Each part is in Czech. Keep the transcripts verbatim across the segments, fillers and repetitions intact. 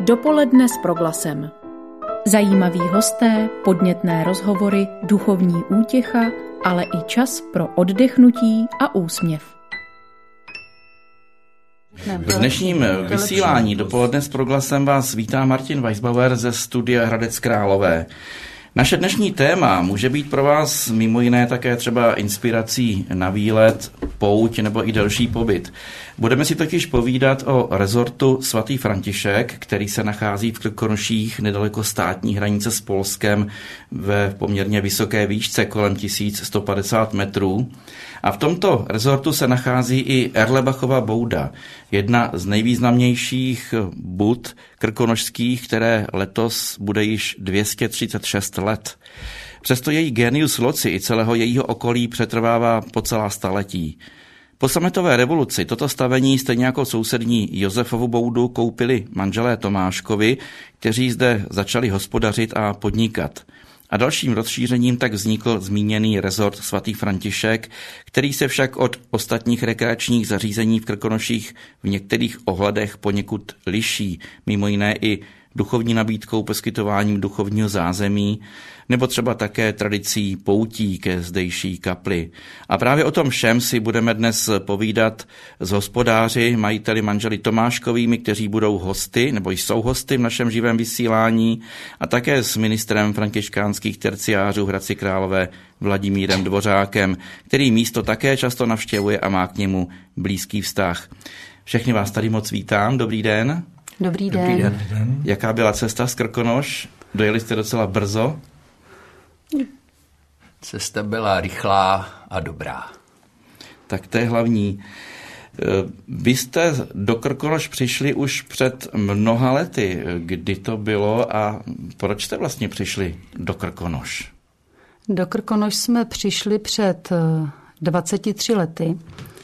Dopoledne s Proglasem. Zajímaví hosté, podnětné rozhovory, duchovní útěcha, ale i čas pro oddechnutí a úsměv. V dnešním vysílání Dopoledne s Proglasem vás vítá Martin Weisbauer ze studia Hradec Králové. Naše dnešní téma může být pro vás mimo jiné také třeba inspirací na výlet, pouť nebo i delší pobyt. Budeme si totiž povídat o rezortu Svatý František, který se nachází v Krkonoších nedaleko státní hranice s Polskem ve poměrně vysoké výšce kolem tisíc sto padesát metrů. A v tomto rezortu se nachází i Erlebachova bouda, jedna z nejvýznamnějších bud krkonošských, které letos bude již dvě stě třicet šest let. Přesto její genius loci i celého jejího okolí přetrvává po celá staletí. Po sametové revoluci toto stavení stejně jako sousední Josefovu boudu koupili manželé Tomáškovi, kteří zde začali hospodařit a podnikat. A dalším rozšířením tak vznikl zmíněný rezort Svatý František, který se však od ostatních rekreačních zařízení v Krkonoších v některých ohledech poněkud liší, mimo jiné i duchovní nabídkou, poskytováním duchovního zázemí, nebo třeba také tradicí poutí ke zdejší kapli. A právě o tom všem si budeme dnes povídat s hospodáři, majiteli manželi Tomáškovými, kteří budou hosty, nebo jsou hosty v našem živém vysílání, a také s ministrem františkánských terciářů v Hradci Králové Vladimírem Dvořákem, který místo také často navštěvuje a má k němu blízký vztah. Všechny vás tady moc vítám, dobrý den. Dobrý den. Dobrý den. Jaká byla cesta z Krkonoš? Dojeli jste docela brzo? Cesta byla rychlá a dobrá. Tak to je hlavní. Vy jste do Krkonoš přišli už před mnoha lety. Kdy to bylo a proč jste vlastně přišli do Krkonoš? Do Krkonoš jsme přišli před dvaceti třemi lety.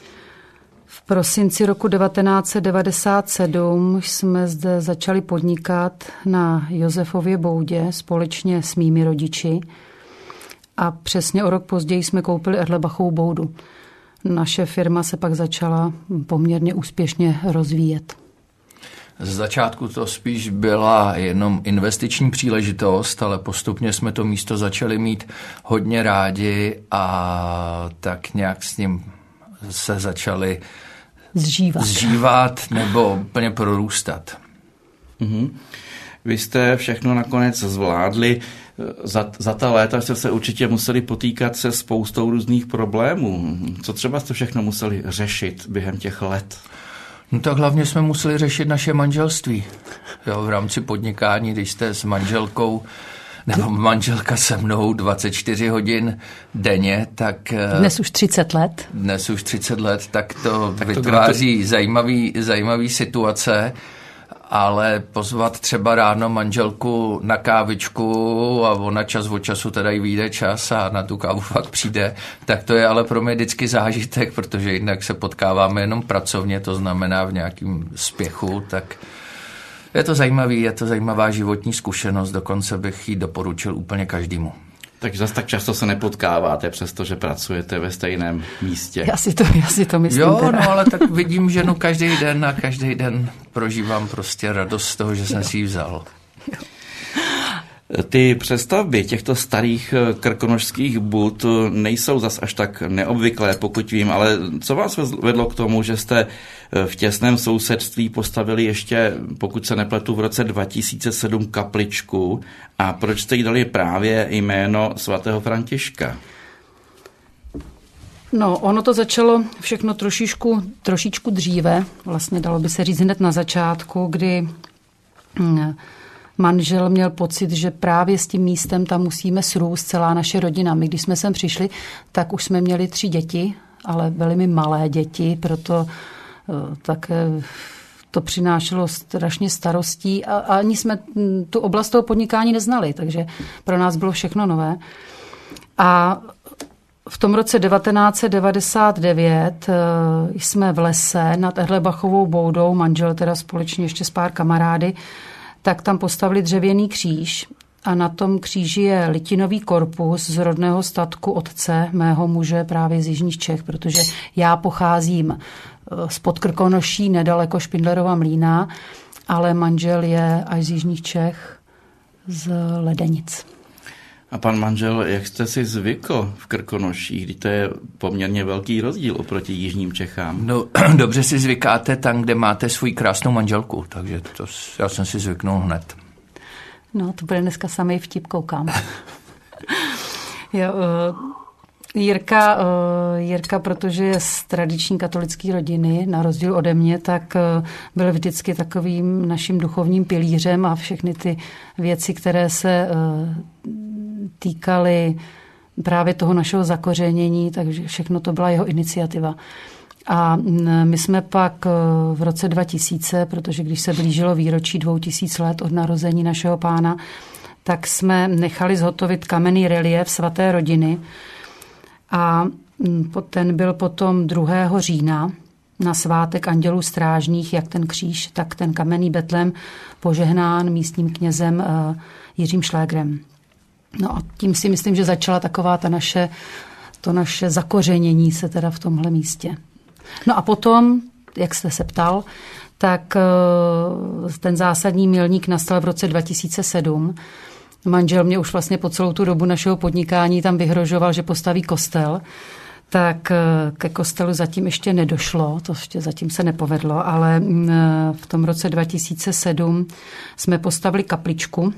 V prosinci roku devatenáct set devadesát sedm jsme zde začali podnikat na Josefově boudě společně s mými rodiči a přesně o rok později jsme koupili Erlebachovu boudu. Naše firma se pak začala poměrně úspěšně rozvíjet. Z začátku to spíš byla jenom investiční příležitost, ale postupně jsme to místo začali mít hodně rádi a tak nějak s ním se začali zžívat, zžívat nebo úplně prorůstat. Mm-hmm. Vy jste všechno nakonec zvládli. Za, za ta léta jste se určitě museli potýkat se spoustou různých problémů. Co třeba jste všechno museli řešit během těch let? No tak hlavně jsme museli řešit naše manželství. Jo, v rámci podnikání, když jste s manželkou nebo manželka se mnou dvacet čtyři hodin denně, tak... Dnes už třicet let. Dnes už třicet let, tak to tak vytváří to zajímavý, zajímavý situace, ale pozvat třeba ráno manželku na kávičku a ona čas od času teda jí vyjde čas a na tu kávu fakt přijde, tak to je ale pro mě vždycky zážitek, protože jinak se potkáváme jenom pracovně, to znamená v nějakém spěchu, tak... Je to zajímavý, je to zajímavá životní zkušenost, dokonce bych ji doporučil úplně každému. Takže zase tak často se nepotkáváte, přestože pracujete ve stejném místě. Já si to, já si to myslím. Jo, teda. no ale tak vidím ženu každý den a každý den prožívám prostě radost z toho, že jsem jo. si ji vzal. Jo. Ty přestavby těchto starých krkonošských bud nejsou zas až tak neobvyklé, pokud vím, ale co vás vedlo k tomu, že jste v těsném sousedství postavili ještě, pokud se nepletu, v roce dva tisíce sedm kapličku a proč jste jí dali právě jméno svatého Františka? No, ono to začalo všechno trošičku, trošičku dříve, vlastně dalo by se říct hned na začátku, kdy... manžel měl pocit, že právě s tím místem tam musíme srůst celá naše rodina. My, když jsme sem přišli, tak už jsme měli tři děti, ale velmi malé děti, proto také to přinášelo strašně starostí a ani jsme tu oblast toho podnikání neznali, takže pro nás bylo všechno nové. A v tom roce devatenáct set devadesát devět jsme v lese nad Erlebachovou boudou, manžel teda společně ještě s pár kamarády, tak tam postavili dřevěný kříž a na tom kříži je litinový korpus z rodného statku otce, mého muže právě z jižních Čech, protože já pocházím z Podkrkonoší, nedaleko Špindlerova Mlýna ale manžel je až z jižních Čech, z Ledenic. A pan manžel, jak jste si zvykl v Krkonoších, kdy to je poměrně velký rozdíl oproti jižním Čechám? No, dobře si zvykáte tam, kde máte svou krásnou manželku, takže to, já jsem si zvyknul hned. No, to bude dneska samý vtip, koukám. jo, uh, Jirka, uh, Jirka, protože je z tradiční katolické rodiny, na rozdíl ode mě, tak uh, byl vždycky takovým naším duchovním pilířem a všechny ty věci, které se uh, týkaly právě toho našeho zakořenění, takže všechno to byla jeho iniciativa. A my jsme pak v roce dva tisíce, protože když se blížilo výročí dvou tisíc let od narození našeho pána, tak jsme nechali zhotovit kamenný reliéf svaté rodiny a ten byl potom druhého října na svátek andělů strážných, jak ten kříž, tak ten kamenný betlém požehnán místním knězem Jiřím Šlégrem. No a tím si myslím, že začala taková ta naše, to naše zakořenění se teda v tomhle místě. No a potom, jak jste se ptal, tak ten zásadní milník nastal v roce dva tisíce sedm. Manžel mě už vlastně po celou tu dobu našeho podnikání tam vyhrožoval, že postaví kostel. Tak ke kostelu zatím ještě nedošlo, to ještě zatím se nepovedlo, ale v tom roce dva tisíce sedm jsme postavili kapličku.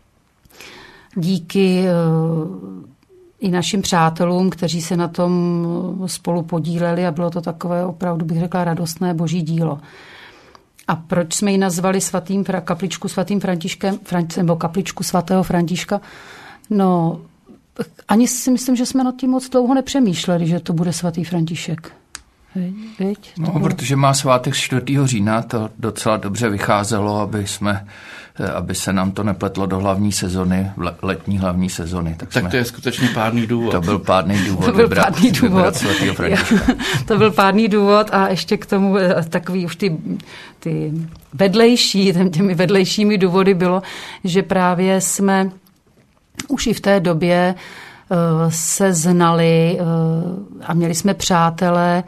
Díky i našim přátelům, kteří se na tom spolu podíleli a bylo to takové opravdu, bych řekla, radostné boží dílo. A proč jsme ji nazvali svatým, kapličku svatým Františkem, nebo kapličku svatého Františka? No, ani si myslím, že jsme nad tím moc dlouho nepřemýšleli, že to bude svatý František. Veď? No, bylo... protože má svátek čtvrtého října, to docela dobře vycházelo, aby jsme, aby se nám to nepletlo do hlavní sezony, letní hlavní sezony. Tak, tak jsme... to je skutečně pádný důvod. To byl pádný důvod. To byl vybrat, pádný důvod. Svatýho Františka. To byl pádný důvod a ještě k tomu takový už ty, ty vedlejší, těmi vedlejšími důvody bylo, že právě jsme už i v té době se znali a měli jsme přátelé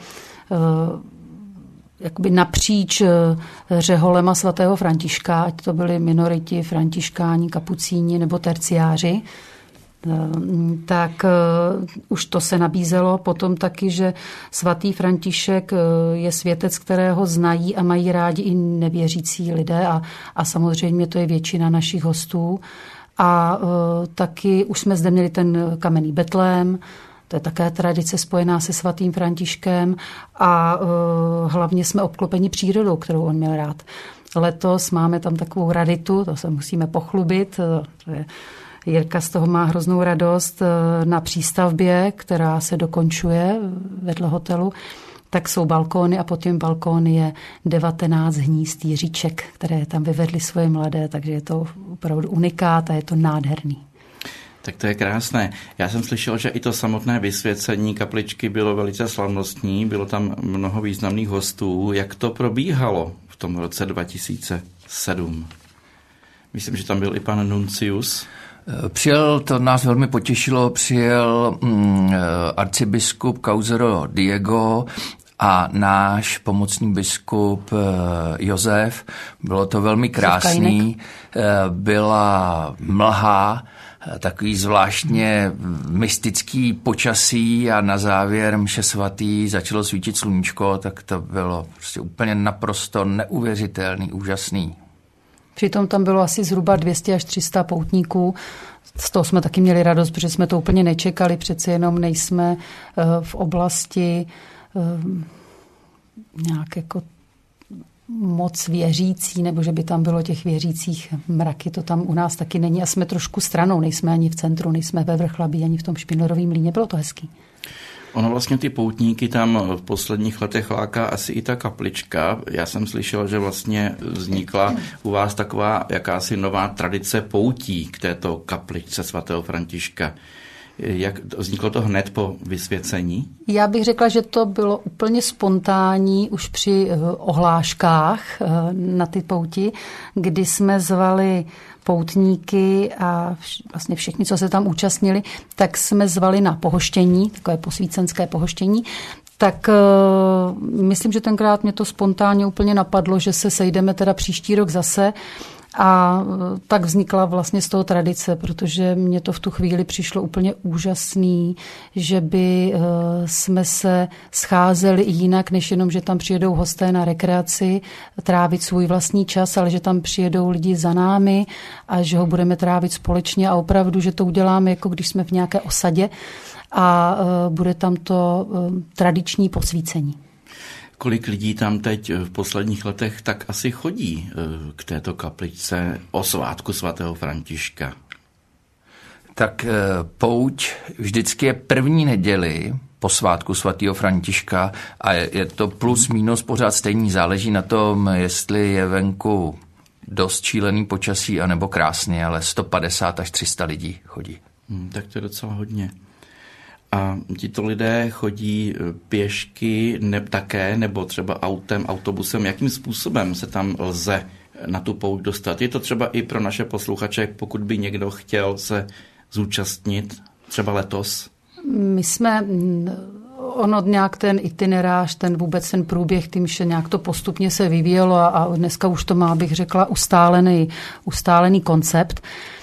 jakoby napříč řeholema svatého Františka, ať to byli minoriti, františkáni, kapucíni nebo terciáři, tak už to se nabízelo. Potom taky, že svatý František je světec, kterého znají a mají rádi i nevěřící lidé a, a samozřejmě to je většina našich hostů. A uh, taky už jsme zde měli ten kamenný betlém, to je také tradice spojená se svatým Františkem a uh, hlavně jsme obklopeni přírodou, kterou on měl rád. Letos máme tam takovou raritu, to se musíme pochlubit, to je, Jirka z toho má hroznou radost, na přístavbě, která se dokončuje vedle hotelu, tak jsou balkóny a pod těmi balkóny je devatenáct hnízd jiříček, které tam vyvedly svoje mladé, takže je to opravdu unikát a je to nádherný. Tak to je krásné. Já jsem slyšel, že i to samotné vysvěcení kapličky bylo velice slavnostní, bylo tam mnoho významných hostů. Jak to probíhalo v tom roce dva tisíce sedm? Myslím, že tam byl i pan nuncius. Přijel, to nás velmi potěšilo, přijel mm, arcibiskup Kauzero Diego a náš pomocný biskup Josef. Bylo to velmi krásný, byla mlha, takový zvláštně mystický počasí a na závěr mše svatý začalo svítit sluníčko, tak to bylo prostě úplně naprosto neuvěřitelný, úžasný. Přitom tam bylo asi zhruba dvě stě až tři sta poutníků. Z toho jsme taky měli radost, protože jsme to úplně nečekali. Přeci jenom nejsme v oblasti nějak jako moc věřící, nebo že by tam bylo těch věřících mraky. To tam u nás taky není a jsme trošku stranou. Nejsme ani v centru, nejsme ve Vrchlabí, ani v tom Špindlerovém Mlýně. Bylo to hezký. Ono vlastně ty poutníky tam v posledních letech láká asi i ta kaplička. Já jsem slyšel, že vlastně vznikla u vás taková jakási nová tradice poutí k této kapličce svatého Františka. Jak vzniklo to hned po vysvěcení? Já bych řekla, že to bylo úplně spontánní už při ohláškách na ty pouti, kdy jsme zvali poutníky a vlastně všichni, co se tam účastnili, tak jsme zvali na pohoštění, takové posvícenské pohoštění. Tak uh, myslím, že tenkrát mě to spontánně úplně napadlo, že se sejdeme teda příští rok zase. A tak vznikla vlastně z toho tradice, protože mně to v tu chvíli přišlo úplně úžasný, že by jsme se scházeli jinak, než jenom, že tam přijedou hosté na rekreaci, trávit svůj vlastní čas, ale že tam přijedou lidi za námi a že ho budeme trávit společně a opravdu, že to uděláme, jako když jsme v nějaké osadě a bude tam to tradiční posvícení. Kolik lidí tam teď v posledních letech tak asi chodí k této kapličce o svátku svatého Františka? Tak pouť vždycky je první neděli po svátku svatého Františka a je to plus minus pořád stejný. Záleží na tom, jestli je venku dost šílený počasí anebo krásný, ale sto padesát až tři sta lidí chodí. Hmm, tak to je docela hodně. A tito lidé chodí pěšky ne, také, nebo třeba autem, autobusem. Jakým způsobem se tam lze na tu pouť dostat? Je to třeba i pro naše posluchače, pokud by někdo chtěl se zúčastnit, třeba letos? My jsme, ono nějak ten itinerář, ten vůbec ten průběh, tím, že nějak to postupně se vyvíjelo a, a dneska už to má, bych řekla, ustálený, ustálený koncept.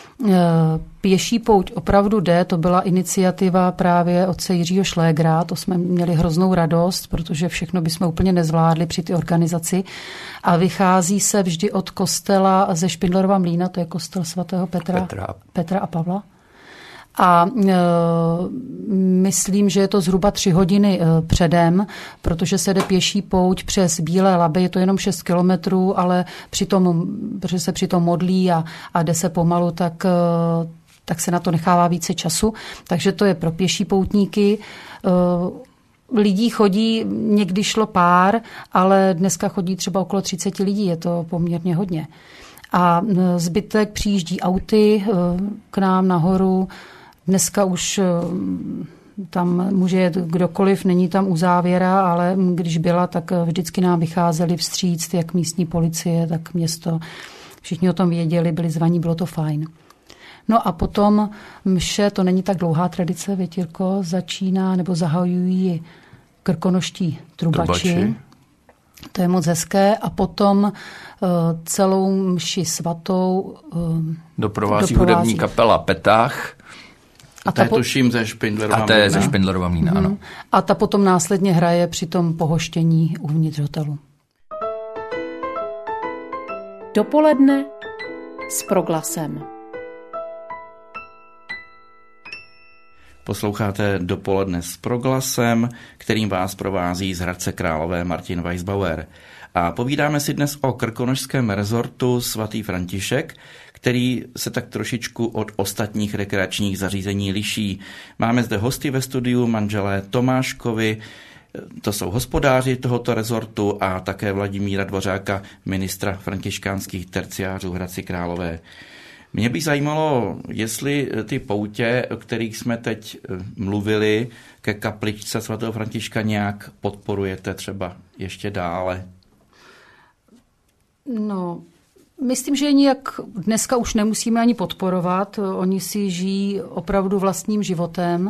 Pěší pouť opravdu jde, to byla iniciativa právě otce Jiřího Šlégra, to jsme měli hroznou radost, protože všechno bychom úplně nezvládli při té organizaci a vychází se vždy od kostela ze Špindlerova Mlýna, to je kostel svatého Petra, Petra. Petra a Pavla. A e, myslím, že je to zhruba tři hodiny e, předem, protože se jde pěší pouť přes Bílé Laby, je to jenom šest kilometrů, ale přitom, protože se přitom modlí a, a jde se pomalu, tak, e, tak se na to nechává více času. Takže to je pro pěší poutníky. E, lidí chodí, někdy šlo pár, ale dneska chodí třeba okolo třicet lidí, je to poměrně hodně. A zbytek přijíždí auty e, k nám nahoru. Dneska už tam může jet kdokoliv, není tam uzávěra, ale když byla, tak vždycky nám vycházeli vstříc, jak místní policie, tak město. Všichni o tom věděli, byli zvaní, bylo to fajn. No a potom mše, to není tak dlouhá tradice, Větírko, začíná nebo zahajují krkonoští trubači. trubači. To je moc hezké. A potom uh, celou mši svatou uh, doprovází, doprovází hudební kapela Petách. A ta po... tuším ze Špindlerova A to je ze Špindlerova Mlýna, mm. ano. A ta potom následně hraje při tom pohoštění uvnitř hotelu. Dopoledne s Proglasem. Posloucháte Dopoledne s Proglasem, kterým vás provází z Hradce Králové Martin Weisbauer. A povídáme si dnes o krkonošském rezortu Svatý František, který se tak trošičku od ostatních rekreačních zařízení liší. Máme zde hosty ve studiu, manželé Tomáškovi, to jsou hospodáři tohoto rezortu, a také Vladimíra Dvořáka, ministra františkánských terciářů v Hradci Králové. Mě by zajímalo, jestli ty poutě, o kterých jsme teď mluvili, ke kapličce svatého Františka nějak podporujete třeba ještě dále. No, myslím, že nijak dneska už nemusíme ani podporovat. Oni si žijí opravdu vlastním životem.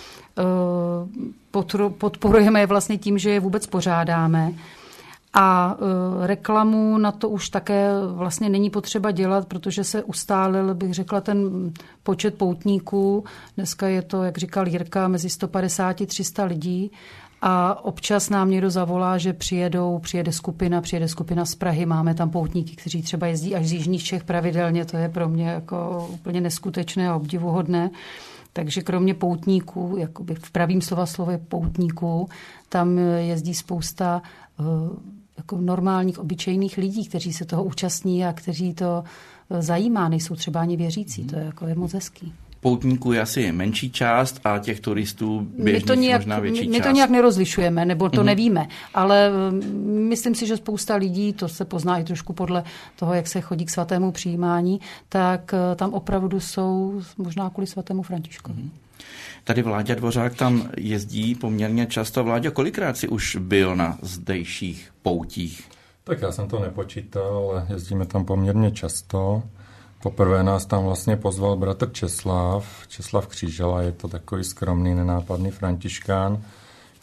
Podporujeme je vlastně tím, že je vůbec pořádáme. A reklamu na to už také vlastně není potřeba dělat, protože se ustálil, bych řekla, ten počet poutníků. Dneska je to, jak říkal Jirka, mezi sto padesát a tři sta lidí. A občas nám někdo zavolá, že přijedou, přijede skupina, přijede skupina z Prahy. Máme tam poutníky, kteří třeba jezdí až z jižních Čech pravidelně. To je pro mě jako úplně neskutečné a obdivuhodné. Takže kromě poutníků, jakoby v pravým slova slově poutníků, tam jezdí spousta jako normálních, obyčejných lidí, kteří se toho účastní a kteří to zajímá, nejsou třeba ani věřící. To je, jako je moc hezký. Poutníků je asi menší část a těch turistů běžných nějak, možná větší my část. My to nějak nerozlišujeme, nebo to mm-hmm. nevíme, ale myslím si, že spousta lidí, to se pozná i trošku podle toho, jak se chodí k svatému přijímání, tak tam opravdu jsou možná kvůli svatému Františkovi. Mm-hmm. Tady Vláďa Dvořák tam jezdí poměrně často. Vláďo, kolikrát si už byl na zdejších poutích? Tak já jsem to nepočítal, ale jezdíme tam poměrně často. Poprvé nás tam vlastně pozval bratr Česlav, Česlav Křížela, je to takový skromný, nenápadný františkán,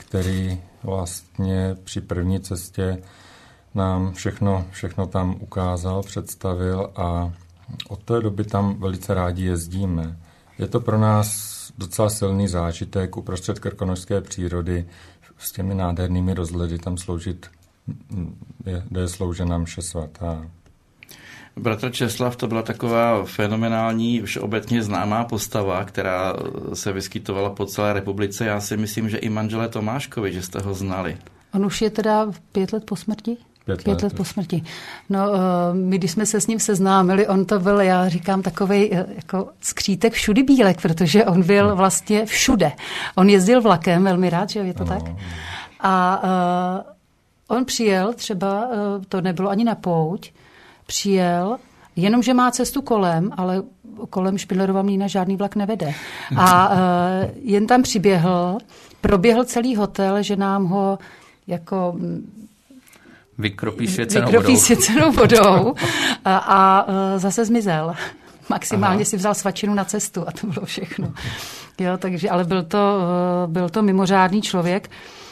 který vlastně při první cestě nám všechno, všechno tam ukázal, představil a od té doby tam velice rádi jezdíme. Je to pro nás docela silný zážitek uprostřed krkonošské přírody s těmi nádhernými rozhledy tam sloužit, je, kde je sloužena mše svatá. Bratr Česlav to byla taková fenomenální, všeobecně známá postava, která se vyskytovala po celé republice. Já si myslím, že i manželé Tomáškovi, že jste ho znali. On už je teda pět let po smrti? Pět, pět let. let po smrti. No, my, když jsme se s ním seznámili, on to byl, já říkám, takovej jako skřítek všudy bílek, protože on byl vlastně všude. On jezdil vlakem, velmi rád, že je to tak? A uh, on přijel třeba, uh, to nebylo ani na pouť, přijel, jenomže má cestu kolem, ale kolem Špindlerova mlýna žádný vlak nevede. A uh, jen tam přiběhl, proběhl celý hotel, že nám ho jako vykropí svěcenou vykropí vodou. svěcenou vodou a, a zase zmizel. Maximálně Aha. si vzal svačinu na cestu a to bylo všechno. Jo, takže, ale byl to, byl to mimořádný člověk.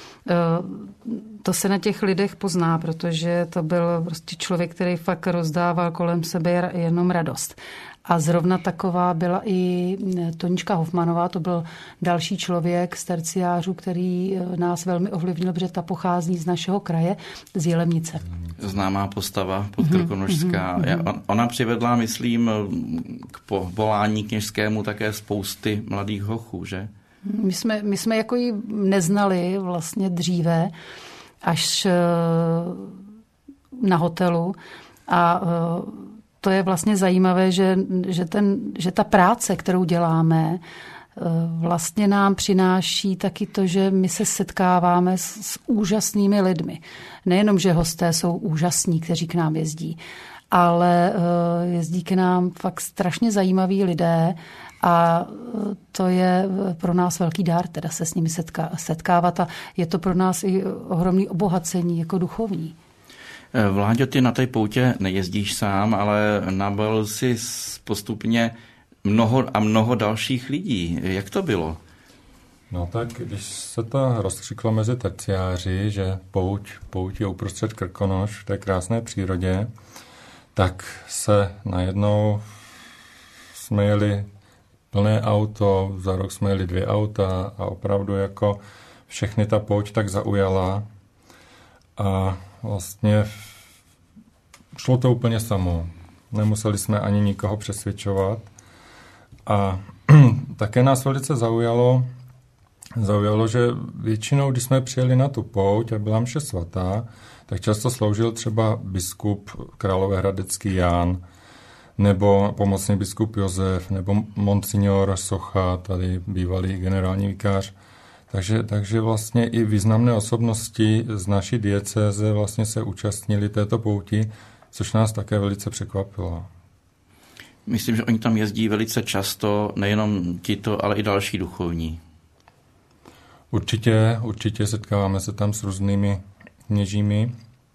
To se na těch lidech pozná, protože to byl prostě člověk, který fakt rozdával kolem sebe jenom radost. A zrovna taková byla i Tonička Hofmanová, to byl další člověk z terciářů, který nás velmi ovlivnil, protože ta pochází z našeho kraje, z Jilemnice. Známá postava podkrkonošská. Mm-hmm. Ona přivedla, myslím, k povolání kněžskému také spousty mladých hochů, že? My jsme, my jsme jako ji neznali vlastně dříve, až na hotelu a to je vlastně zajímavé, že, že, ten, že ta práce, kterou děláme, vlastně nám přináší taky to, že my se setkáváme s, s úžasnými lidmi. Nejenom, že hosté jsou úžasní, kteří k nám jezdí, ale jezdí k nám fakt strašně zajímaví lidé a to je pro nás velký dár, teda se s nimi setká, setkávat a je to pro nás i ohromný obohacení jako duchovní. Vláďo, ty na té poutě nejezdíš sám, ale nabil si postupně mnoho a mnoho dalších lidí. Jak to bylo? No tak, když se to rozkřiklo mezi terciáři, že pouť, pouť je uprostřed Krkonoš v té krásné přírodě, tak se najednou jsme jeli plné auto, za rok jsme jeli dvě auta a opravdu jako všechny ta pouť tak zaujala a vlastně šlo to úplně samo. Nemuseli jsme ani nikoho přesvědčovat. A také nás velice zaujalo, zaujalo, že většinou, když jsme přijeli na tu pouť a byla mše svatá, tak často sloužil třeba biskup královéhradecký Jan, nebo pomocný biskup Josef, nebo monsignor Socha, tady bývalý generální vikář. Takže, takže vlastně i významné osobnosti z naší diecéze vlastně se účastnili této pouti, což nás také velice překvapilo. Myslím, že oni tam jezdí velice často, nejenom tito, ale i další duchovní. Určitě, určitě setkáváme se tam s různými kněžími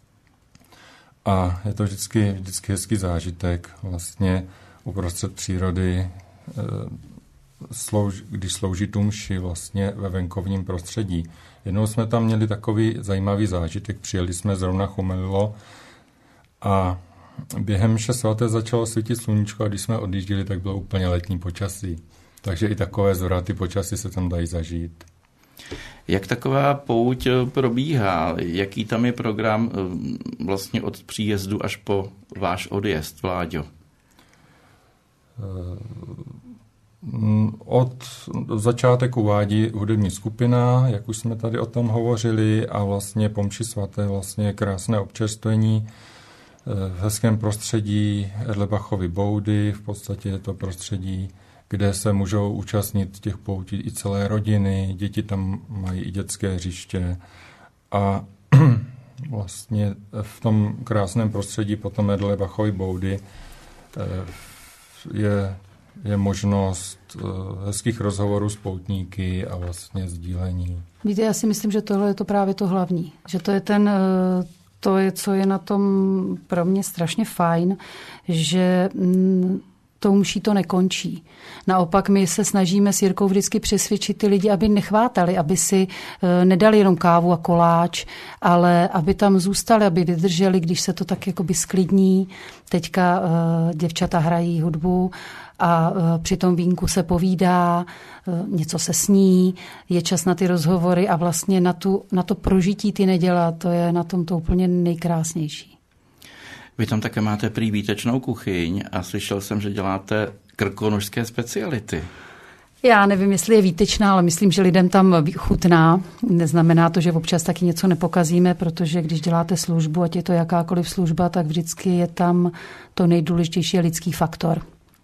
a je to vždycky, vždycky hezký zážitek vlastně uprostřed přírody, Slouž, když slouží tu mši vlastně ve venkovním prostředí. Jednou jsme tam měli takový zajímavý zážitek, přijeli jsme zrovna Chumelilo a během mše svaté začalo svítit sluníčko a když jsme odjížděli, tak bylo úplně letní počasí. Takže i takové zvraty počasí se tam dají zažít. Jak taková pouť probíhá? Jaký tam je program vlastně od příjezdu až po váš odjezd, Vláďo? Od začátek uvádí hudební skupina, jak už jsme tady o tom hovořili, a vlastně po mši svaté vlastně krásné občerstvení v hezkém prostředí Erlebachovy boudy. V podstatě je to prostředí, kde se můžou účastnit těch poutí i celé rodiny, děti tam mají i dětské hřiště a vlastně v tom krásném prostředí potom Erlebachovy boudy je je možnost hezkých rozhovorů s poutníky a vlastně sdílení. Víte, já si myslím, že tohle je to právě to hlavní. Že to je ten, to je, co je na tom pro mě strašně fajn, že tou mší to nekončí. Naopak my se snažíme s Jirkou vždycky přesvědčit ty lidi, aby nechvátali, aby si nedali jenom kávu a koláč, ale aby tam zůstali, aby vydrželi, když se to tak jakoby sklidní. Teďka děvčata hrají hudbu a při tom vínku se povídá, něco se sní, je čas na ty rozhovory a vlastně na, tu, na to prožití ty neděle, to je na tom to úplně nejkrásnější. Vy tam také máte prý výtečnou kuchyň a slyšel jsem, že děláte krkonošské speciality. Já nevím, jestli je výtečná, ale myslím, že lidem tam chutná. Neznamená to, že občas taky něco nepokazíme, protože když děláte službu, ať je to jakákoliv služba, tak vždycky je tam to nejdůležitější lidský faktor.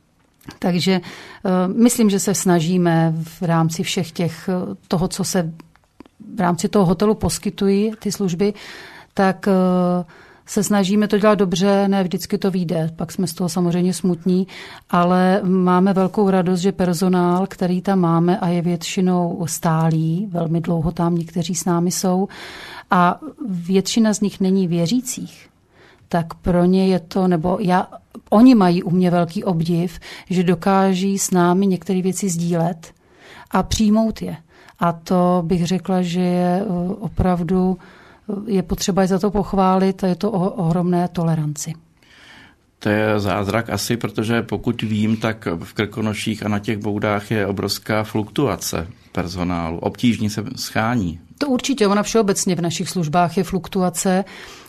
Takže uh, myslím, že se snažíme v rámci všech těch toho, co se v rámci toho hotelu poskytují ty služby, tak uh, se snažíme to dělat dobře, ne vždycky to vyjde, pak jsme z toho samozřejmě smutní, ale máme velkou radost, že personál, který tam máme a je většinou stálý, velmi dlouho tam někteří s námi jsou a většina z nich není věřících, tak pro ně je to, nebo já, oni mají u mě velký obdiv, že dokáží s námi některé věci sdílet a přijmout je. A to bych řekla, že je opravdu je potřeba za to pochválit a je to o ohromné toleranci. To je zázrak asi, protože pokud vím, tak v Krkonoších a na těch boudách je obrovská fluktuace personálu. Obtížně se schání. To určitě, ona všeobecně v našich službách je fluktuace.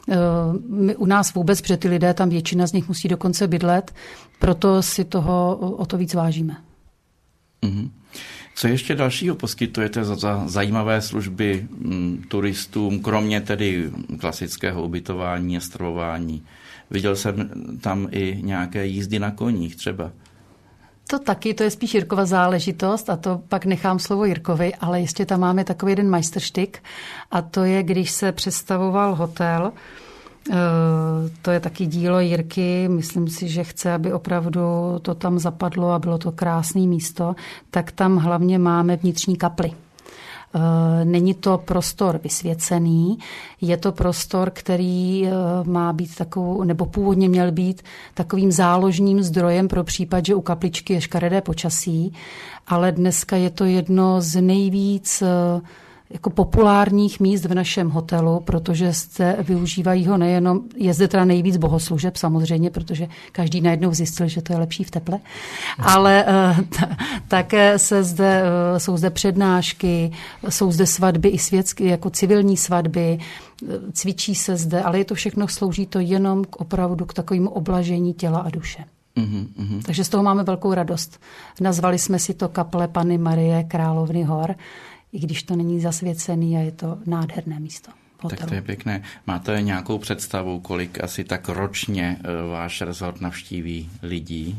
My u nás vůbec, protože ty lidé, tam většina z nich musí dokonce bydlet, proto si toho o to víc vážíme. Mhm. Co ještě dalšího poskytujete za, za zajímavé služby m, turistům, kromě tedy klasického ubytování a stravování? Viděl jsem tam i nějaké jízdy na koních třeba. To taky, to je spíš Jirkova záležitost a to pak nechám slovo Jirkovi, ale ještě tam máme takový jeden majstrštyk a to je, když se představoval hotel. To je taky dílo Jirky, myslím si, že chce, aby opravdu to tam zapadlo a bylo to krásné místo, tak tam hlavně máme vnitřní kapli. Není to prostor vysvěcený, je to prostor, který má být takovou, nebo původně měl být takovým záložním zdrojem pro případ, že u kapličky je škaredé počasí, ale dneska je to jedno z nejvíc jako populárních míst v našem hotelu, protože zde využívají ho nejenom, je zde teda nejvíc bohoslužeb samozřejmě, protože každý najednou zjistil, že to je lepší v teple, ale t- také se zde, jsou zde přednášky, jsou zde svatby i světské, jako civilní svatby, cvičí se zde, ale je to všechno, slouží to jenom k opravdu k takovému oblažení těla a duše. Uhum, uhum. Takže z toho máme velkou radost. Nazvali jsme si to Kaple Panny Marie Královny hor, i když to není zasvěcený a je to nádherné místo. Hotelu. Tak to je pěkné. Máte nějakou představu, kolik asi tak ročně váš rezort navštíví lidí?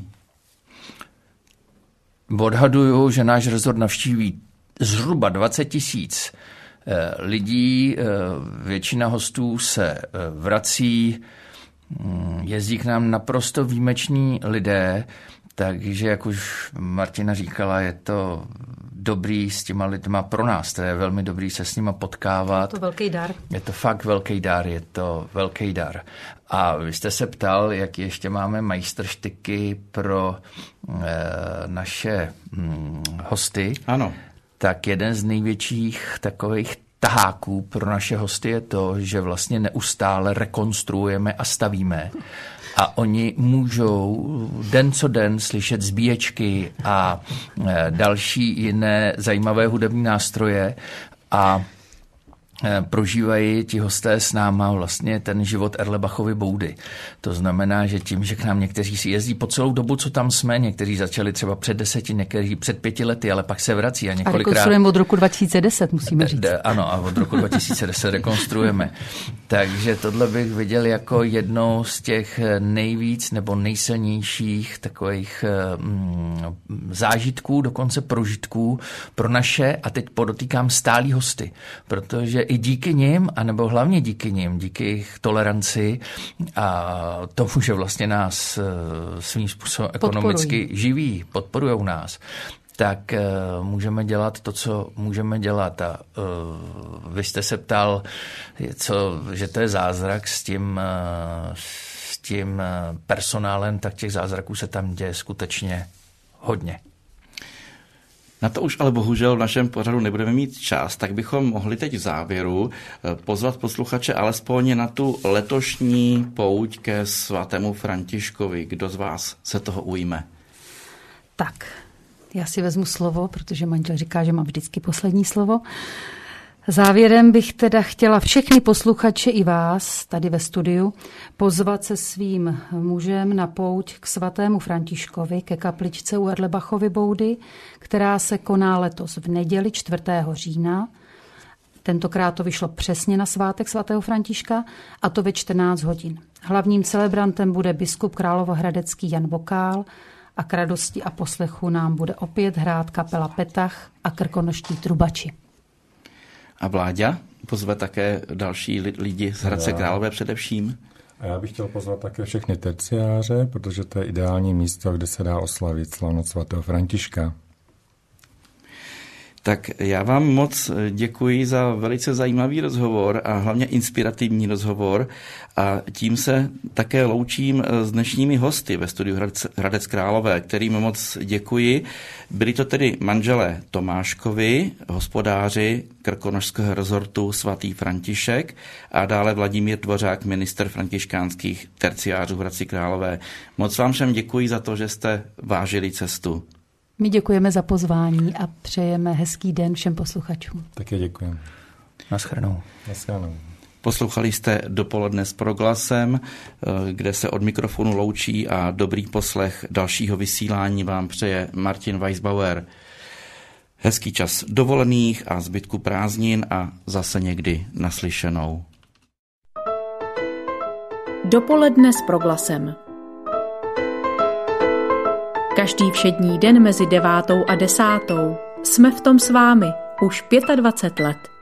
Odhaduju, že náš rezort navštíví zhruba dvacet tisíc lidí. Většina hostů se vrací, jezdí k nám naprosto výjimeční lidé, takže, jak už Martina říkala, je to dobrý s těma lidma pro nás. To je velmi dobrý se s nima potkávat. Je to velký dar. Je to fakt velký dar, je to velký dar. A vy jste se ptal, jak ještě máme majstrštyky pro e, naše hm, hosty. Ano. Tak jeden z největších takových taháků pro naše hosty je to, že vlastně neustále rekonstruujeme a stavíme. A oni můžou den co den slyšet zbíječky a další jiné zajímavé hudební nástroje a prožívají ti hosté s náma vlastně ten život Erlebachovy boudy. To znamená, že tím, že k nám někteří si jezdí po celou dobu, co tam jsme, někteří začali třeba před deseti, někteří před pěti lety, ale pak se vrací a několikrát... A rekonstruujeme od roku dva tisíce deset, musíme říct. Ano, a od roku dva tisíce deset rekonstruujeme. Takže tohle bych viděl jako jednou z těch nejvíc nebo nejsilnějších takových mm, zážitků, dokonce prožitků pro naše, a teď podotýkám, stálí hosty, protože i díky nim, anebo hlavně díky nim, díky jejich toleranci a tomu, že vlastně nás svým způsobem ekonomicky podporují. živí, podporujou nás, tak uh, můžeme dělat to, co můžeme dělat. A uh, vy jste se ptal, co, že to je zázrak s tím, uh, s tím personálem, tak těch zázraků se tam děje skutečně hodně. Na to už ale bohužel v našem pořadu nebudeme mít čas, tak bychom mohli teď v závěru pozvat posluchače alespoň na tu letošní pouť ke svatému Františkovi. Kdo z vás se toho ujme? Tak, já si vezmu slovo, protože manžel říká, že mám vždycky poslední slovo. Závěrem bych teda chtěla všechny posluchače i vás tady ve studiu pozvat se svým mužem na pouť k svatému Františkovi, ke kapličce u Erlebachovy boudy, která se koná letos v neděli čtvrtého října. Tentokrát to vyšlo přesně na svátek svatého Františka, a to ve čtrnáct hodin. Hlavním celebrantem bude biskup královéhradecký Jan Vokál a k radosti a poslechu nám bude opět hrát kapela Petach a krkonoští trubači. A Vláďa pozve také další lidi z Hradce Králové především. A já bych chtěl pozvat také všechny terciáře, protože to je ideální místo, kde se dá oslavit slavnost svatého Františka. Tak já vám moc děkuji za velice zajímavý rozhovor a hlavně inspirativní rozhovor a tím se také loučím s dnešními hosty ve studiu Hradec Králové, kterým moc děkuji. Byli to tedy manželé Tomáškovi, hospodáři krkonošského rezortu Svatý František a dále Vladimír Dvořák, ministr františkánských terciářů v Hradci Králové. Moc vám všem děkuji za to, že jste vážili cestu. My děkujeme za pozvání a přejeme hezký den všem posluchačům. Také děkujeme. Naschledanou. Naschledanou. Poslouchali jste Dopoledne s Proglasem, kde se od mikrofonu loučí a dobrý poslech dalšího vysílání vám přeje Martin Weisbauer. Hezký čas dovolených a zbytku prázdnin a zase někdy naslyšenou. Dopoledne s Proglasem. Každý všední den mezi devátou a desátou jsme v tom s vámi už dvacet pět let.